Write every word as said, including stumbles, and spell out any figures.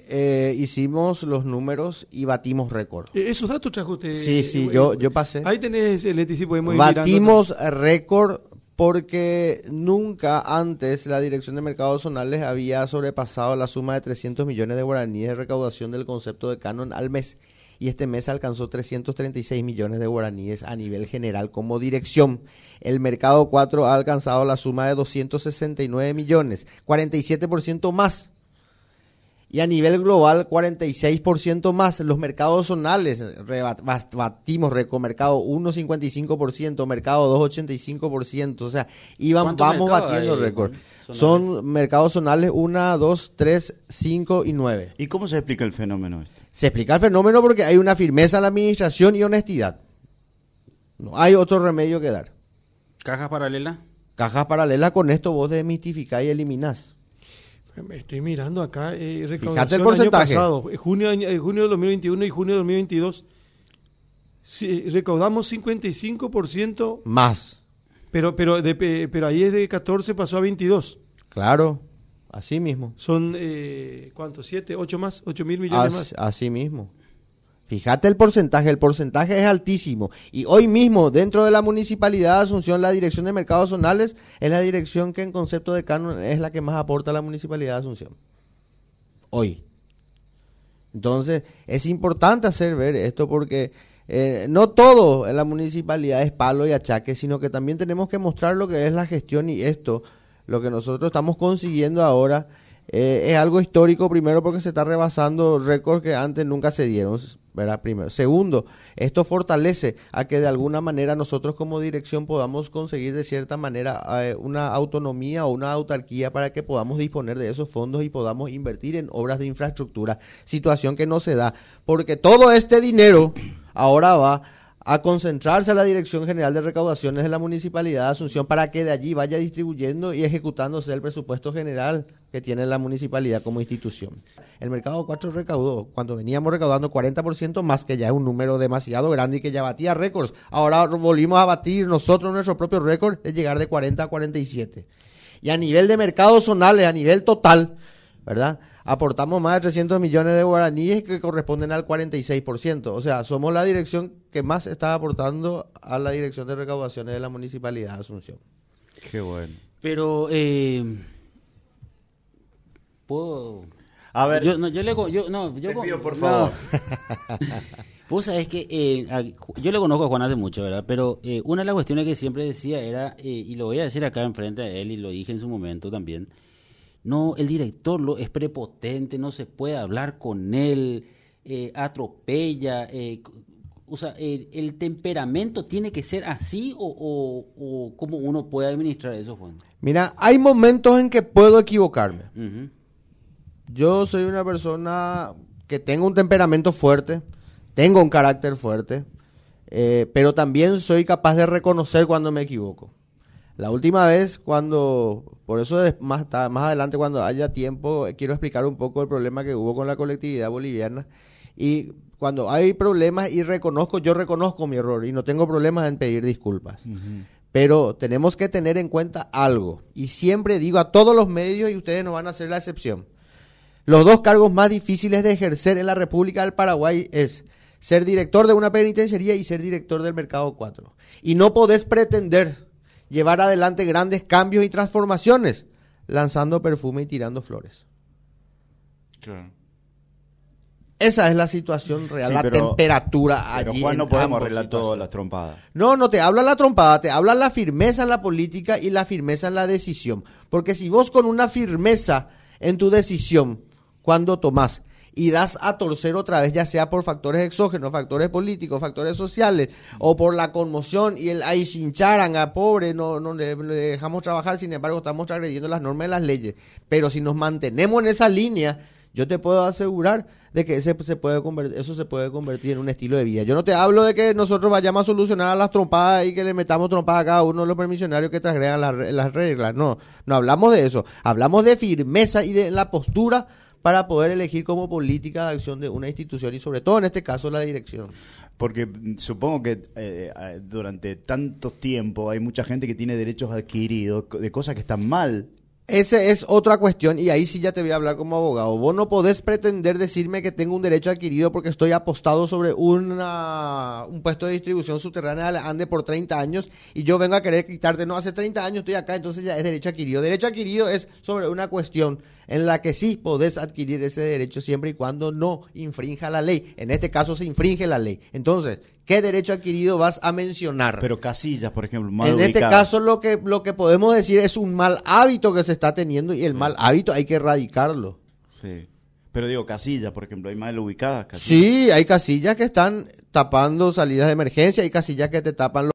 eh, hicimos los números y batimos récord. Eh, ¿Esos datos trajo usted? Sí, sí, eh, yo, eh, yo pasé. Ahí tenés, Leti, si podemos ir Batimos mirando. récord porque nunca antes la Dirección de Mercados Zonales había sobrepasado la suma de trescientos millones de guaraníes de recaudación del concepto de canon al mes. Y este mes alcanzó trescientos treinta y seis millones de guaraníes a nivel general como dirección. El mercado cuatro ha alcanzado la suma de doscientos sesenta y nueve millones, cuarenta y siete por ciento más. Y a nivel global, cuarenta y seis por ciento más. Los mercados zonales, rebat, batimos récord, mercado uno, cincuenta y cinco por ciento, mercado dos, ochenta y cinco por ciento. O sea, iban, vamos batiendo récord. Son mercados zonales uno, dos, tres, cinco y nueve. ¿Y cómo se explica el fenómeno este? Se explica el fenómeno porque hay una firmeza en la administración y honestidad. No hay otro remedio que dar. ¿Cajas paralelas? Cajas paralelas, con esto vos desmitificás y eliminás. Me estoy mirando acá, eh, Fíjate el porcentaje. Año pasado, junio, eh, junio de dos mil veintiuno y junio de dos mil veintidós, sí, recaudamos cincuenta y cinco por ciento más. Pero, pero, de, pero ahí es de catorce pasó a veintidós. Claro, así mismo. Son, eh, ¿cuántos? ¿Siete? ¿Ocho más? ¿Ocho mil millones As, más? Así mismo. Fíjate el porcentaje, el porcentaje es altísimo. Y hoy mismo, dentro de la Municipalidad de Asunción, la Dirección de Mercados Zonales es la dirección que en concepto de canon es la que más aporta a la Municipalidad de Asunción. Hoy. Entonces, es importante hacer ver esto porque eh, no todo en la Municipalidad es palo y achaque, sino que también tenemos que mostrar lo que es la gestión y esto, lo que nosotros estamos consiguiendo ahora, eh, es algo histórico, primero porque se está rebasando récords que antes nunca se dieron, ¿verdad? Primero. Segundo, esto fortalece a que de alguna manera nosotros como dirección podamos conseguir de cierta manera eh, una autonomía o una autarquía para que podamos disponer de esos fondos y podamos invertir en obras de infraestructura, situación que no se da, porque todo este dinero ahora va a concentrarse a la Dirección General de Recaudaciones de la Municipalidad de Asunción para que de allí vaya distribuyendo y ejecutándose el presupuesto general que tiene la municipalidad como institución. El mercado cuatro recaudó, cuando veníamos recaudando cuarenta por ciento más, que ya es un número demasiado grande y que ya batía récords. Ahora volvimos a batir nosotros nuestro propio récord de llegar de cuarenta a cuarenta y siete. Y a nivel de mercados zonales, a nivel total, ¿verdad? Aportamos más de trescientos millones de guaraníes que corresponden al cuarenta y seis por ciento. O sea, somos la dirección que más está aportando a la Dirección de Recaudaciones de la Municipalidad de Asunción. Qué bueno. Pero, eh, ¿puedo...? A ver. Yo, no, yo le... Yo, no, yo, te pido, por no. favor. Vos sabés que eh, a, yo le conozco a Juan hace mucho, ¿verdad? Pero eh, una de las cuestiones que siempre decía era, eh, y lo voy a decir acá enfrente de él, y lo dije en su momento también, no, el director lo, es prepotente, no se puede hablar con él, eh, atropella, eh, o sea, el, el temperamento tiene que ser así o, o, o cómo uno puede administrar eso, Juan. Mira, hay momentos en que puedo equivocarme. Uh-huh. Yo soy una persona que tengo un temperamento fuerte, tengo un carácter fuerte, eh, pero también soy capaz de reconocer cuando me equivoco. La última vez cuando, por eso es más, más adelante cuando haya tiempo, quiero explicar un poco el problema que hubo con la colectividad boliviana. Y cuando hay problemas y reconozco, yo reconozco mi error y no tengo problemas en pedir disculpas. Uh-huh. Pero tenemos que tener en cuenta algo. Y siempre digo a todos los medios, y ustedes no van a ser la excepción, los dos cargos más difíciles de ejercer en la República del Paraguay es ser director de una penitenciaría y ser director del Mercado cuatro. Y no podés pretender llevar adelante grandes cambios y transformaciones lanzando perfume y tirando flores. Claro. Esa es la situación real, sí, la pero, temperatura pero allí. Juan, no podemos arreglar situaciones. todas las trompadas. No, no te habla la trompada, te habla la firmeza en la política y la firmeza en la decisión. Porque si vos con una firmeza en tu decisión, cuando tomás y das a torcer otra vez, ya sea por factores exógenos, factores políticos, factores sociales, o por la conmoción y el ay chincharan a pobre, no, no le, le dejamos trabajar, sin embargo estamos transgrediendo las normas de las leyes. Pero si nos mantenemos en esa línea, yo te puedo asegurar de que ese se puede convertir, eso se puede convertir en un estilo de vida. Yo no te hablo de que nosotros vayamos a solucionar a las trompadas y que le metamos trompadas a cada uno de los permisionarios que transgredan las, las reglas. No, no hablamos de eso. Hablamos de firmeza y de la postura para poder elegir como política de acción de una institución y sobre todo en este caso la dirección. Porque supongo que eh, durante tanto tiempo hay mucha gente que tiene derechos adquiridos de cosas que están mal Esa es otra cuestión y ahí sí ya te voy a hablar como abogado. Vos no podés pretender decirme que tengo un derecho adquirido porque estoy apostado sobre una, un puesto de distribución subterránea de la ANDE por treinta años y yo vengo a querer quitarte. No, hace treinta años estoy acá, entonces ya es derecho adquirido. Derecho adquirido es sobre una cuestión en la que sí podés adquirir ese derecho siempre y cuando no infrinja la ley. En este caso se infringe la ley. Entonces, ¿qué derecho adquirido vas a mencionar? Pero casillas, por ejemplo, mal En este ubicadas. caso lo que, lo que podemos decir es un mal hábito que se está teniendo y el mal hábito hay que erradicarlo. Sí. Pero digo, casillas, por ejemplo, hay mal ubicadas. Casillas. Sí, hay casillas que están tapando salidas de emergencia, hay casillas que te tapan los